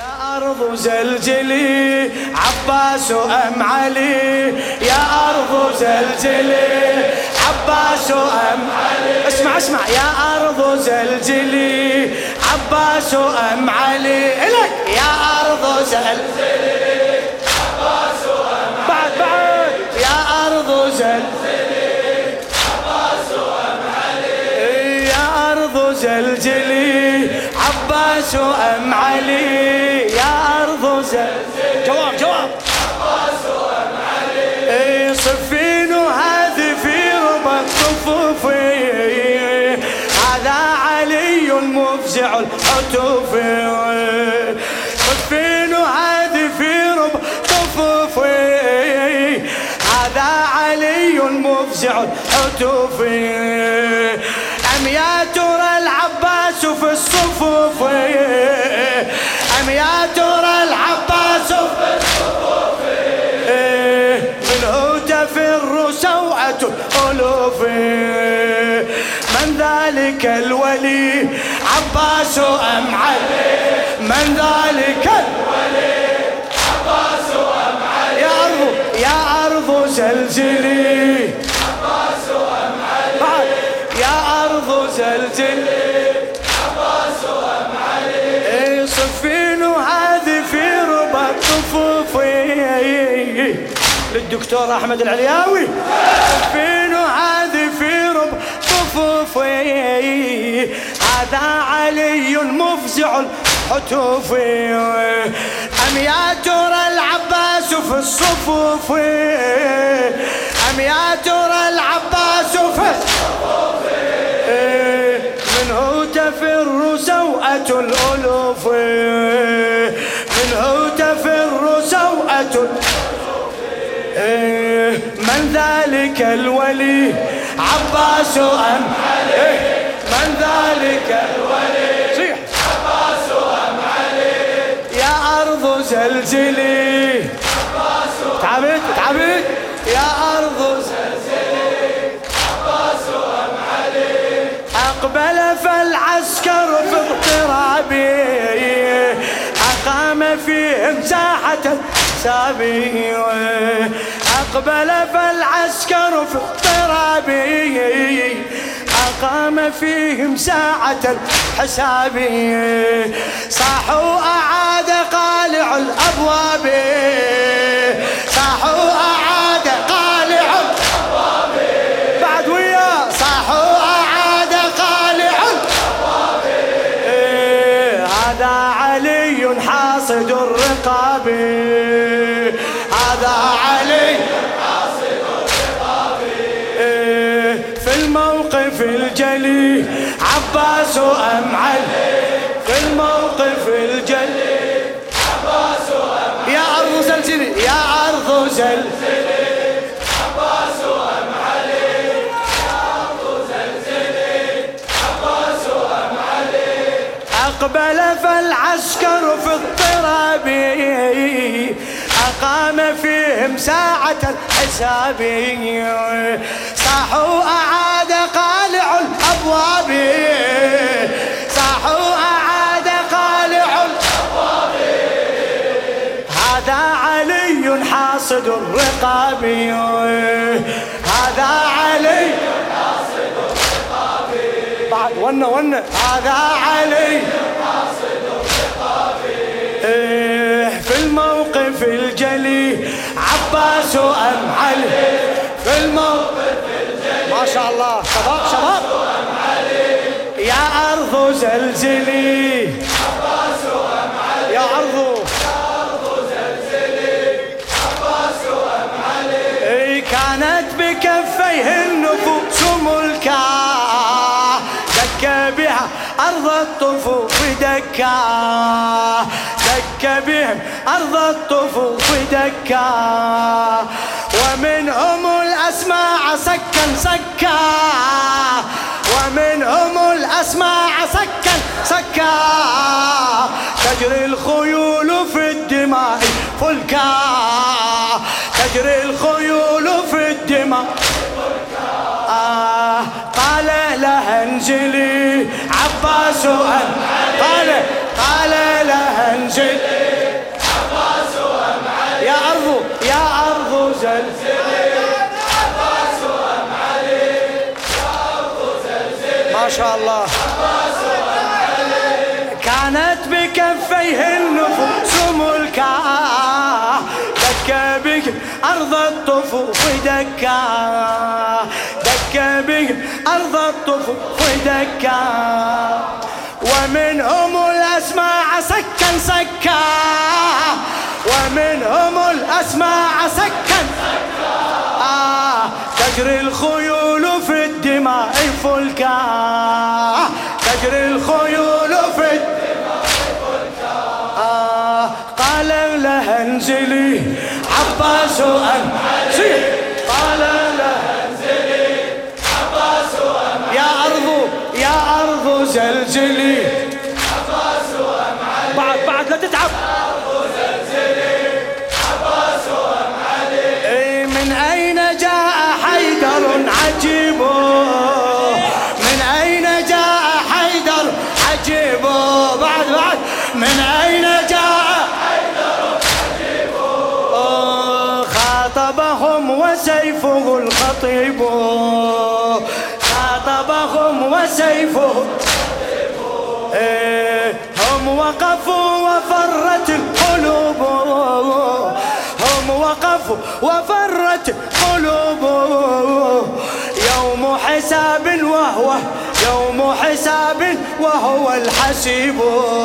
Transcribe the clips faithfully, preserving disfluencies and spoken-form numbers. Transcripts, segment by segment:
يا أرض زلزلي عباس أم علي، يا أرض زلزلي عباس أم علي. اسمع اسمع يا أرض زلزلي عباس أم علي. إلك يا أرض زلزلي عباس أم علي. بعد بعد يا أرض زلزلي عباس أم علي. يا أرض زلزلي عباس أم علي. يا أرض زلزلي جواب جواب عباس أم علي. صفين وهذه في ربع الصفوف، هذا علي مفزع الحتوف. صفين وهذه في ربع الصفوف، هذا علي مفزع الحتوف. أم يا ترى العباس في الصفوف، أم يا ترى العباس في الصفوف، منه تفر سوعة الألوف. من ذلك الولي عباس أم علي؟ من ذلك الولي عباس أم علي؟ يا أرض يا أرض زلزلي عباس أم علي. يا أرض زلزلي عباس أم علي. صفين وهذه في ربع الصفوف، للدكتور أحمد العلياوي. صفين وهذه في ربع الصفوف، هذا علي مفزع الحتوف. أم يا ترى العباس في الصفوف، أم يا ترى العباس في الصفوف، منه تفر سوءة الألوف. منه تفر سوءة الألوف. من ذلك الولي عباس أم علي؟ من ذلك الولي صيح عباس أم علي. يا أرض زلزلي عباس أم علي. تعبت تعبت يا أرض زلزلي عباس أم علي. أقبل فالعسكر في اضطرابي، أقام فيهم ساحة الحسابي. أقبل فالعسكر في اضطرابي، أقام فيهم ساعة الحساب. صاحوا أعاد قالع الأبواب، صاحوا أعاد قالع الأبواب. بعد ويا صاحوا أعاد قالع الأبواب. هذا علي حاصد الرقاب، هذا علي حاصد الرقاب. في الموقف الجلي عباس أم علي؟ في الموقف الجلي عباس أم علي. يا أرض زلزلي يا أرض زلزلي عباس أم علي. يا أرض زلزلي عباس أم علي. أقبل فالعسكر في اضطراب، أقام فيهم ساعة الحساب. صاحوا أعاد قالع الأبواب، صاحوا أعاد قالع الأبواب. هذا علي حاصد الرقاب، هذا علي حاصد الرقاب. بعد ونا ونا هذا علي حاصد الرقاب. في الموقف الجلي عباس أم علي؟ في الموقف الجلي ما شاء الله شباب شباب أم علي. يا أرض زلزلي عباس أم علي. يا أرض يا أرض زلزلي عباس أم علي. كانت بكفيه النفوس ملكا، دك بها أرض الطفوف دكا، دك بهم أرض الطفوف دكا. ومنهم الأسماع سكن سكا، ومنهم الأسماع سكن سكا. تجري الخيول في الدماء فلكا، تجري الخيول في الدماء فلكا. آه قال لها انزلي عباس أم قال قال لها انزلي زلزلي عباس وأم علي، يا أرض يا أرض زلزلي عباس وأم علي، يا أرض زلزلي ما شاء الله عباس وأم علي. كانت بكفيه النفوس ملكا، دك بك أرض الطفوف دكا، دك بك أرض الطفوف دكا، ومنهم الأسماع سكن سكا، ومنهم الأسماع سكن آه تجري الخيول في الدماء فلكا، تجري الخيول في الدماء فلكا. آه قال لها انزلي عباس وأم علي، قال لها انزلي عباس وأم علي، يا أرض يا أرض زلزلي عباس وأم علي، بعد بعد لا تتعب، يا أرض زلزلي عباس وأم علي. اي من أين جاء حيدر عجيب، من أين جاء حيدر عجيب، بعد بعد من أين جاء حيدر عجيب، خاطبهم وسيفه الخطيب، خاطبهم وسيفه إيه هم وقفوا وفرت القلوب، هم وقفوا وفرت القلوب، يوم حساب وهو يوم حساب وهو الحسيب،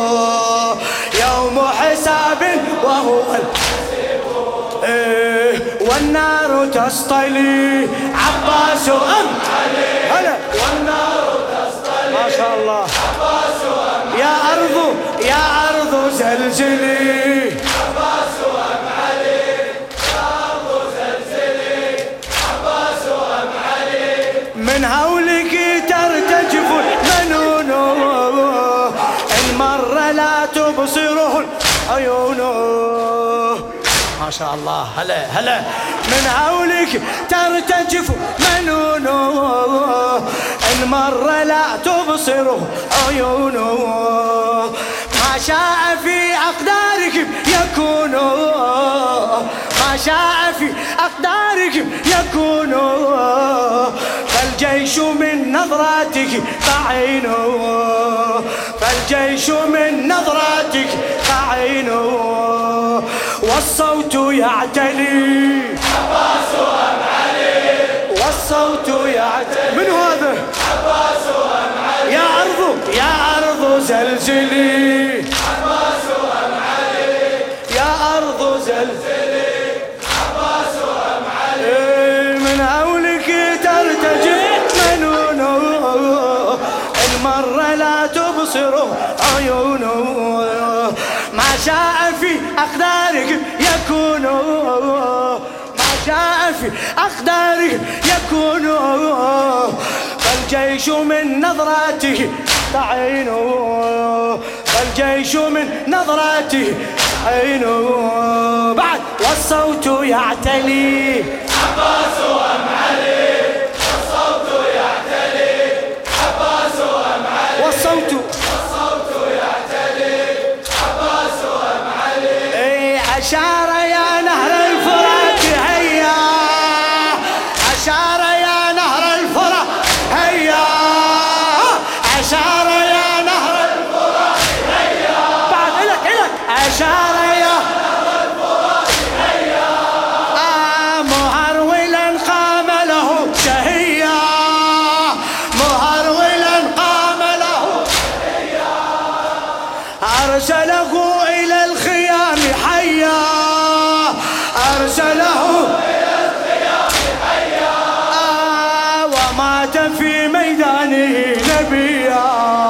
يوم حساب وهو الحسيب. إيه والنار تصطلي عباس وأم علي، هلا والنار تصطلي ما شاء الله عباس وأم علي، يا أرض يا أرض زلزلي عباس وأم علي، يا أرض زلزلي عباس وأم علي. من هولك ترتجف المنون، إن مر لا تبصره العيون، ما شاء الله هلا هلا. من هولك ترتجف منون، إن مر لا تبصره عيون، ما شاء في أقدارك يكون، ما شاء في أقدارك يكون، فالجيش من نظراتك تعين، فالجيش من نظراتك تعين، والصوت يعتلي عباس وأم علي، والصوت يعتلي. من هذا عباس وأم علي، يا أرض يا أرض زلزلي عباس وأم علي، يا أرض زلزلي عباس وأم علي. من هولك ترتجف منون، إن مر لا تبصره عيون، ما شاء في أقدارك يكون، ما شاء في أقدارك يكون، فالجيش من نظراته تعين، فالجيش من نظراته تعين. بعد والصوت يعتلي عباس وأم علي، والصوت يعتلي عباس وأم علي، والصوت أشار يا نهر الفرات هيا، أشار يا نهر الفرات هيا، أشار يا نهر الفرات هيا، بعد إلك إلك أشار يا نهر الفرات هيا، آه مهرولا قام له شهيا، مهرولا قام له شهيا، أرسله إلى الخيام حيا، أرسله إلى الخيام حيا، آه ومات في ميدانه نبيا،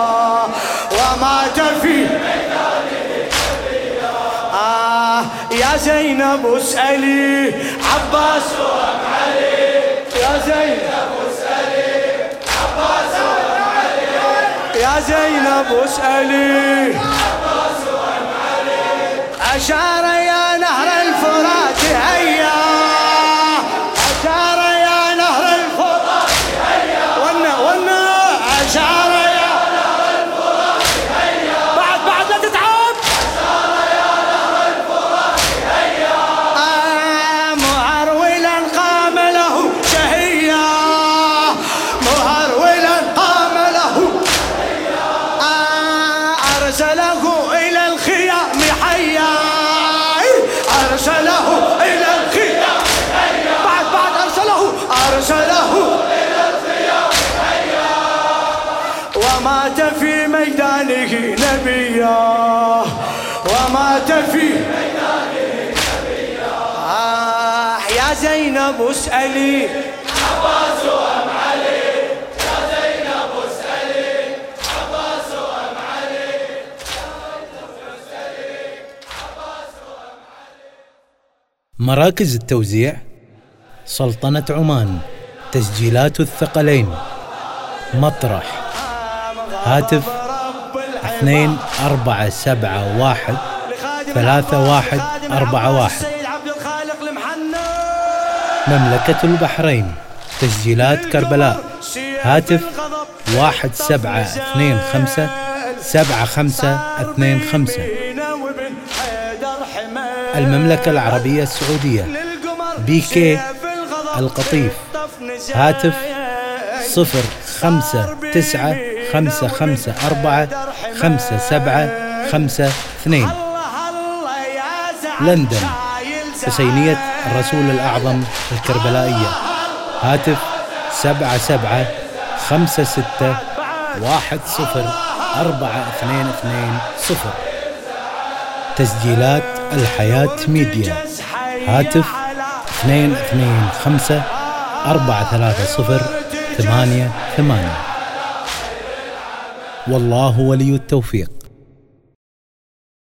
ومات في ميدانه نبيا. آه يا زينب اسألي عباس وأم علي، يا زينب اسألي عباس وأم علي، يا زينب اسألي عباس وأم علي. أشار يا نهر الفرات هيا، أشار يا نهر الفرات هيا، ونا ونا أشار يا نهر الفرات هيا، بعد بعد لا تتعب، أشار يا أرسله إلى الخيام حيا، أرسله إلى الخيام حيا، بعد بعد أرسله أرسله إلى الخيام حيا، ومات في ميدانه نبيا، ومات في ميدانه نبيا. آه يا زينب اسألي عباس أم علي، يا زينب اسألي عباس أم علي، يا زينب اسألي عباس أم علي. مراكز التوزيع: سلطنة عمان، تسجيلات الثقلين، مطرح، هاتف اثنين أربعة سبعة واحد ثلاثة واحد أربعة واحد. مملكة البحرين، تسجيلات كربلاء، هاتف واحد سبعة اثنين خمسة سبعة خمسة اثنين خمسة. المملكة العربية السعودية، بي كي القطيف، هاتف صفر خمسة تسعة خمسة خمسة أربعة خمسة سبعة خمسة اثنين. لندن، حسينية الرسول الأعظم الكربلائية، هاتف سبعة سبعة خمسة ستة واحد صفر أربعة اثنين اثنين صفر. تسجيلات الحياة ميديا، هاتف اثنين اثنين خمسة أربعة ثلاثة صفر ثمانية ثمانية. والله ولي التوفيق.